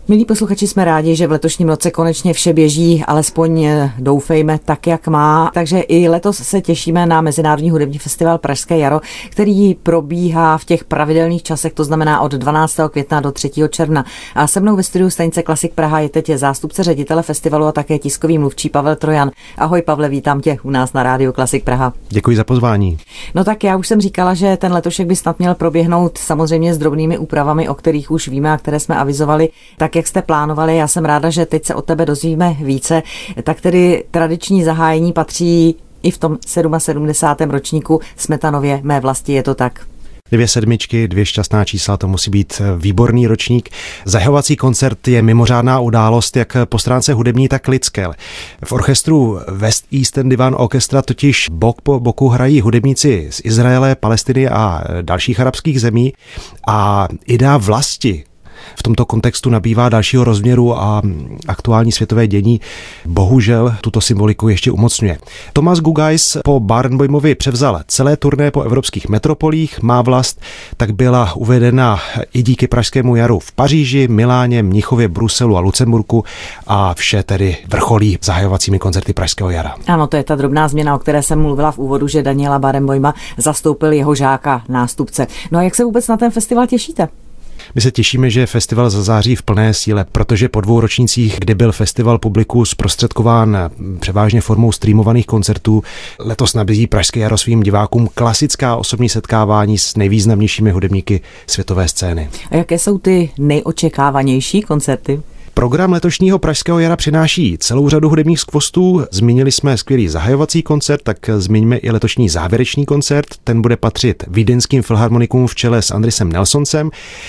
Milí posluchači, jsme rádi, že v letošním roce konečně vše běží, alespoň doufejme tak, jak má. Takže i letos se těšíme na Mezinárodní hudební festival Pražské jaro, který probíhá v těch pravidelných časech, to znamená od 12. května do 3. června. A se mnou ve studiu stanice Klasik Praha je teď zástupce ředitele festivalu a také tiskový mluvčí Pavel Trojan. Ahoj Pavle, vítám tě u nás na rádiu Klasik Praha. Děkuji za pozvání. No tak já už jsem říkala, že ten letošek by snad měl proběhnout samozřejmě s drobnými úpravami, o kterých už víme a které jsme avizovali, tak jak jste plánovali. Já jsem ráda, že teď se od tebe dozvíme více. Tak tedy tradiční zahájení patří i v tom 77. ročníku Smetanově Mé vlasti, je to tak? 2 sedmičky, 2 šťastná čísla, to musí být výborný ročník. Zahajovací koncert je mimořádná událost jak po stránce hudební, tak lidské. V orchestru West Eastern Divan Orchestra totiž bok po boku hrají hudebníci z Izraele, Palestiny a dalších arabských zemí a idea vlasti v tomto kontextu nabývá dalšího rozměru a aktuální světové dění bohužel tuto symboliku ještě umocňuje. Thomas Gugajs po Barenboimovi převzal celé turné po evropských metropolích. Má vlast tak byla uvedena i díky Pražskému jaru v Paříži, Miláně, Mnichově, Bruselu a Lucemburku a vše tedy vrcholí zahajovacími koncerty Pražského jara. Ano, to je ta drobná změna, o které jsem mluvila v úvodu, že Daniela Barenboima zastoupil jeho žáka, nástupce. No a jak se vůbec na ten festival těšíte? My se těšíme, že festival zazáří v plné síle, protože po 2 ročnících, kdy byl festival publiku zprostředkován převážně formou streamovaných koncertů, letos nabízí Pražské jaro svým divákům klasická osobní setkávání s nejvýznamnějšími hudebníky světové scény. A jaké jsou ty nejočekávanější koncerty? Program letošního Pražského jara přináší celou řadu hudebních skvostů. Zmínili jsme skvělý zahajovací koncert, tak zmiňme i letošní závěrečný koncert. Ten bude patřit vídeňským filharmonikům v čele s Andrisem Nelsonsem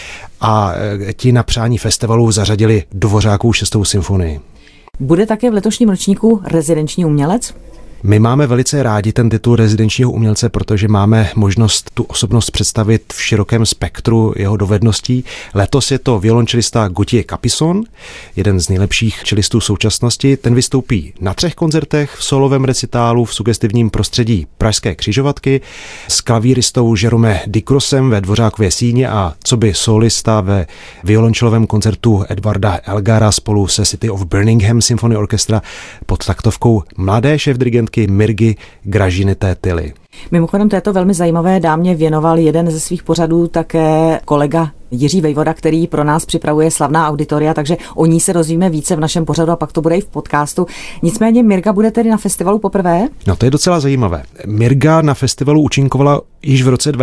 a ti na přání festivalu zařadili Dvořákovu 6. symfonii. Bude také v letošním ročníku rezidenční umělec? My máme velice rádi ten titul rezidenčního umělce, protože máme možnost tu osobnost představit v širokém spektru jeho dovedností. Letos je to violončelista Gauthier Capisson, jeden z nejlepších čelistů současnosti. Ten vystoupí na 3 koncertech v solovém recitálu v sugestivním prostředí Pražské křižovatky s klavíristou Jérôme Dicrosem ve Dvořákově síni a coby solista ve violončelovém koncertu Edwarda Elgara spolu se City of Birmingham Symphony Orchestra pod taktovkou mladé šéfdirigentky Mirgy Gražiny Tétily. Mimochodem této velmi zajímavé dámě věnoval jeden ze svých pořadů také kolega Jiří Vejvoda, který pro nás připravuje Slavná auditoria, takže o ní se dozvíme více v našem pořadu a pak to bude i v podcastu. Nicméně Mirga bude tedy na festivalu poprvé? No to je docela zajímavé. Mirga na festivalu účinkovala již v roce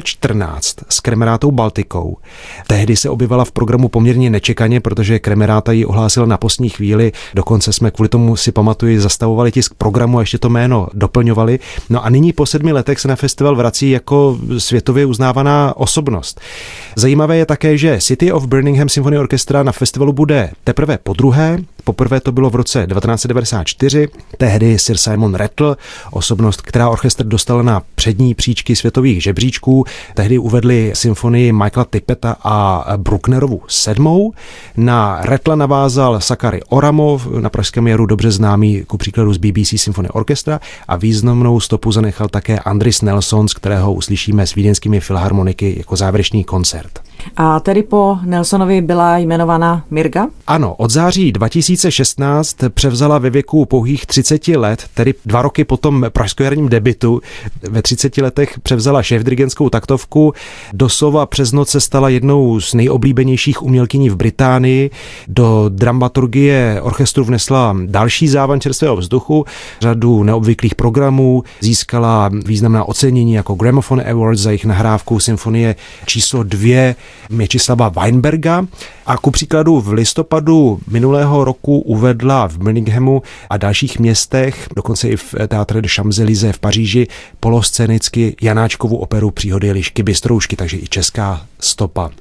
2014 s Kremerátou Baltikou. Tehdy se objevila v programu poměrně nečekaně, protože Kremeráta ji ohlásila na postní chvíli, dokonce jsme kvůli tomu si pamatuji zastavovali tisk programu a ještě to jméno doplňovali. No a nyní po 7 letech se na festival vrací jako světově uznávaná osobnost. Zajímavé je také, že City of Birmingham Symphony Orchestra na festivalu bude teprve podruhé. Poprvé to bylo v roce 1994. Tehdy Sir Simon Rattle, osobnost, která orchestr dostala na přední příčky světových žebříčků, tehdy uvedli symfonii Michaela Tippeta a Brucknerovu 7. Na Rattle navázal Sakari Oramov, na Pražském jaru dobře známý ku příkladu z BBC Symphony Orchestra a významnou stopu zanechal také Andris Nelsons, kterého uslyšíme s vídeňskými filharmoniky jako závěrečný koncert. A tedy po Nelsonovi byla jmenována Mirga? Ano, od září 2016 převzala ve věku pouhých 30 let, tedy 2 roky po tom pražskojarním debutu, ve 30 letech převzala šéfdirigentskou taktovku, doslova přes noc se stala jednou z nejoblíbenějších umělkyní v Británii, do dramaturgie orchestru vnesla další závan čerstvého vzduchu, řadu neobvyklých programů, získala významná ocenění jako Gramophone Awards za jejich nahrávku symfonie číslo 2 Miečislava Weinberga a ku příkladu v listopadu minulého roku uvedla v Birminghamu a dalších městech, dokonce i v Théâtre de Champs-Élysées v Paříži, poloscénicky Janáčkovu operu Příhody Elišky Bystroušky, takže i česká stopa.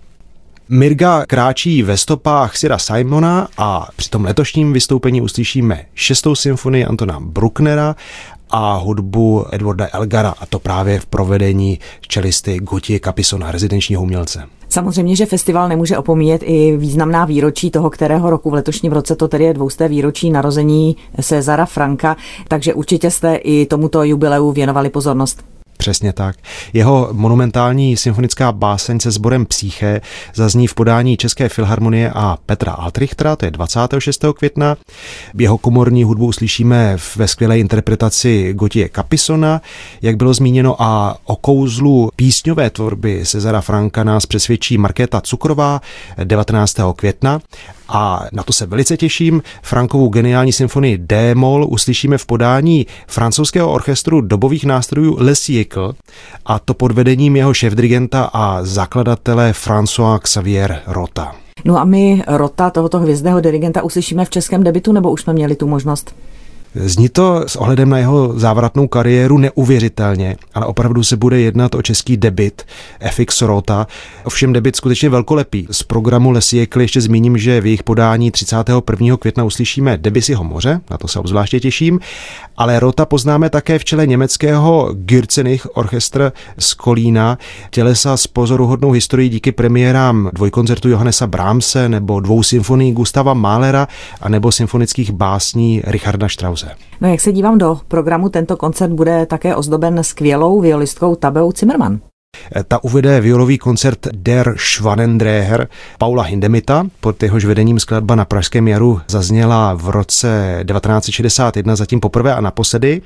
Mirga kráčí ve stopách Sira Simona a při tom letošním vystoupení uslyšíme 6. symfonii Antona Brucknera a hudbu Edwarda Elgara, a to právě v provedení čelisty Gauthier Capissona, rezidenčního umělce. Samozřejmě, že festival nemůže opomíjet i významná výročí toho, kterého roku v letošním roce, to tedy je 200. výročí narození Césara Franka, takže určitě jste i tomuto jubileu věnovali pozornost. Přesně tak. Jeho monumentální symfonická báseň se sborem Psyché zazní v podání České filharmonie a Petra Altrichtera, to je 26. května. Jeho komorní hudbu uslyšíme ve skvělé interpretaci Gotye Capisona, jak bylo zmíněno, a o kouzlu písňové tvorby Césara Franka nás přesvědčí Markéta Cukrová 19. května. A na to se velice těším. Frankovu geniální symfonii D-moll uslyšíme v podání francouzského orchestru dobových nástrojů Le Siècle, a to pod vedením jeho šéfdirigenta a zakladatele François Xavier Rota. No a my Rota, tohoto hvězdného dirigenta, uslyšíme v českém debutu, nebo už jsme měli tu možnost? Zní to s ohledem na jeho závratnou kariéru neuvěřitelně, ale opravdu se bude jednat o český debut FX Rota. Ovšem debut skutečně velkolepý. Z programu Le Siècle ještě zmíním, že v jejich podání 31. května uslyšíme Debussyho moře, na to se obzvláště těším, ale Rota poznáme také v čele německého Gürzenich orchestr z Kolína, tělesa s pozoruhodnou historií díky premiérám dvojkoncertu Johannesa Brahmse nebo 2 symfonií Gustava Mahlera a nebo symfonických básní Richarda Strause. No, jak se dívám do programu, tento koncert bude také ozdoben skvělou violistkou Tabeou Zimmermann. Ta uvede violový koncert Der Schwanendreher Paula Hindemita, pod jehož vedením skladba na Pražském jaru zazněla v roce 1961 zatím poprvé a naposledy.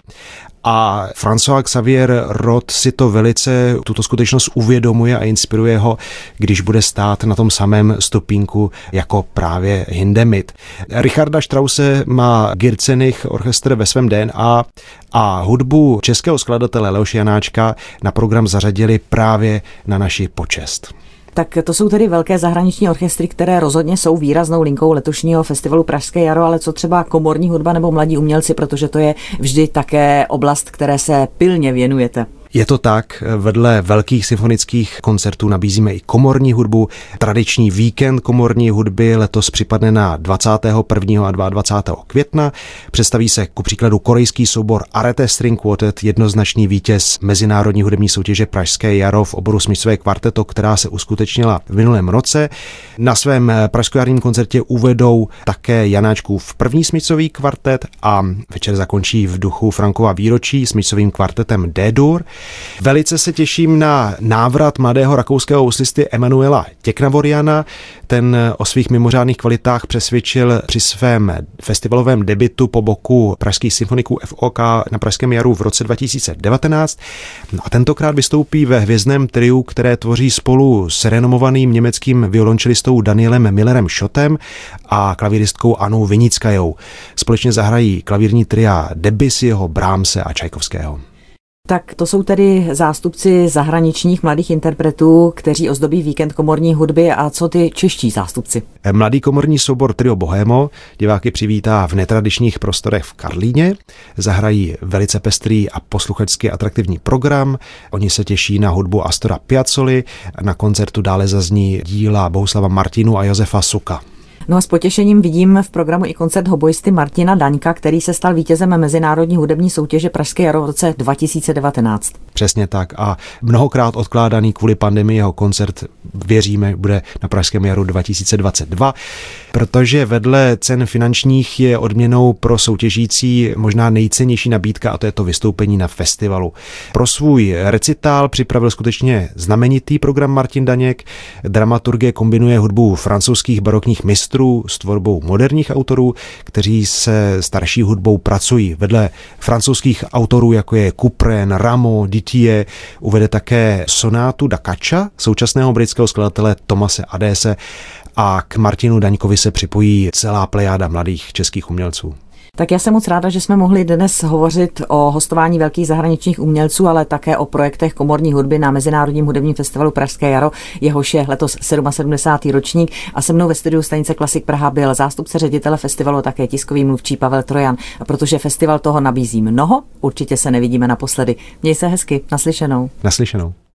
A François Xavier Rot si to velice, tuto skutečnost uvědomuje a inspiruje ho, když bude stát na tom samém stupínku jako právě Hindemith. Richarda Strause má Gürzenich orchestr ve svém DNA a hudbu českého skladatele Leoše Janáčka na program zařadili právě na naši počest. Tak to jsou tedy velké zahraniční orchestry, které rozhodně jsou výraznou linkou letošního festivalu Pražské jaro, ale co třeba komorní hudba nebo mladí umělci, protože to je vždy také oblast, které se pilně věnujete. Je to tak, vedle velkých symfonických koncertů nabízíme i komorní hudbu. Tradiční víkend komorní hudby letos připadne na 21. a 22. května. Představí se ku příkladu korejský soubor Arete String Quartet, jednoznačný vítěz mezinárodní hudební soutěže Pražské jaro v oboru smyčcové kvarteto, která se uskutečnila v minulém roce. Na svém pražskojarním koncertě uvedou také Janáčkův první smyčcový kvartet a večer zakončí v duchu Frankova výročí smyčcovým kvartetem D-dur. Velice se těším na návrat mladého rakouského houslisty Emanuela Těknavoriana. Ten o svých mimořádných kvalitách přesvědčil při svém festivalovém debutu po boku pražských symfoniků FOK na Pražském jaru v roce 2019. A tentokrát vystoupí ve hvězdném triu, které tvoří spolu s renomovaným německým violončelistou Danielem Millerem Schottem a klavíristkou Annou Vinickajou. Společně zahrají klavírní tria Debussyho, Brahmse a Čajkovského. Tak to jsou tedy zástupci zahraničních mladých interpretů, kteří ozdobí víkend komorní hudby, a co ty čeští zástupci? Mladý komorní soubor Trio Bohemo diváky přivítá v netradičních prostorech v Karlíně, zahrají velice pestrý a posluchačsky atraktivní program, oni se těší na hudbu Astora Piazzoli, na koncertu dále zazní díla Bohuslava Martinu a Josefa Suka. No a s potěšením vidím v programu i koncert hobojisty Martina Daňka, který se stal vítězem mezinárodní hudební soutěže Pražské jaro v roce 2019. Přesně tak a mnohokrát odkládaný kvůli pandemii jeho koncert, věříme, bude na Pražském jaru 2022, protože vedle cen finančních je odměnou pro soutěžící možná nejcennější nabídka, a to je to vystoupení na festivalu. Pro svůj recitál připravil skutečně znamenitý program Martin Daněk. Dramaturgie kombinuje hudbu francouzských barokních mistrů s tvorbou moderních autorů, kteří se starší hudbou pracují. Vedle francouzských autorů, jako je Couperin, Rameau, Dittier, uvede také sonátu da Caccia, současného britského skladatele Thomase Adese, a k Martinu Daňkovi se připojí celá plejáda mladých českých umělců. Tak já jsem moc ráda, že jsme mohli dnes hovořit o hostování velkých zahraničních umělců, ale také o projektech komorní hudby na Mezinárodním hudebním festivalu Pražské jaro, jehož je letos 77. ročník, a se mnou ve studiu stanice Klasik Praha byl zástupce ředitele festivalu a také tiskový mluvčí Pavel Trojan. A protože festival toho nabízí mnoho, určitě se nevidíme naposledy. Měj se hezky, naslyšenou. Naslyšenou.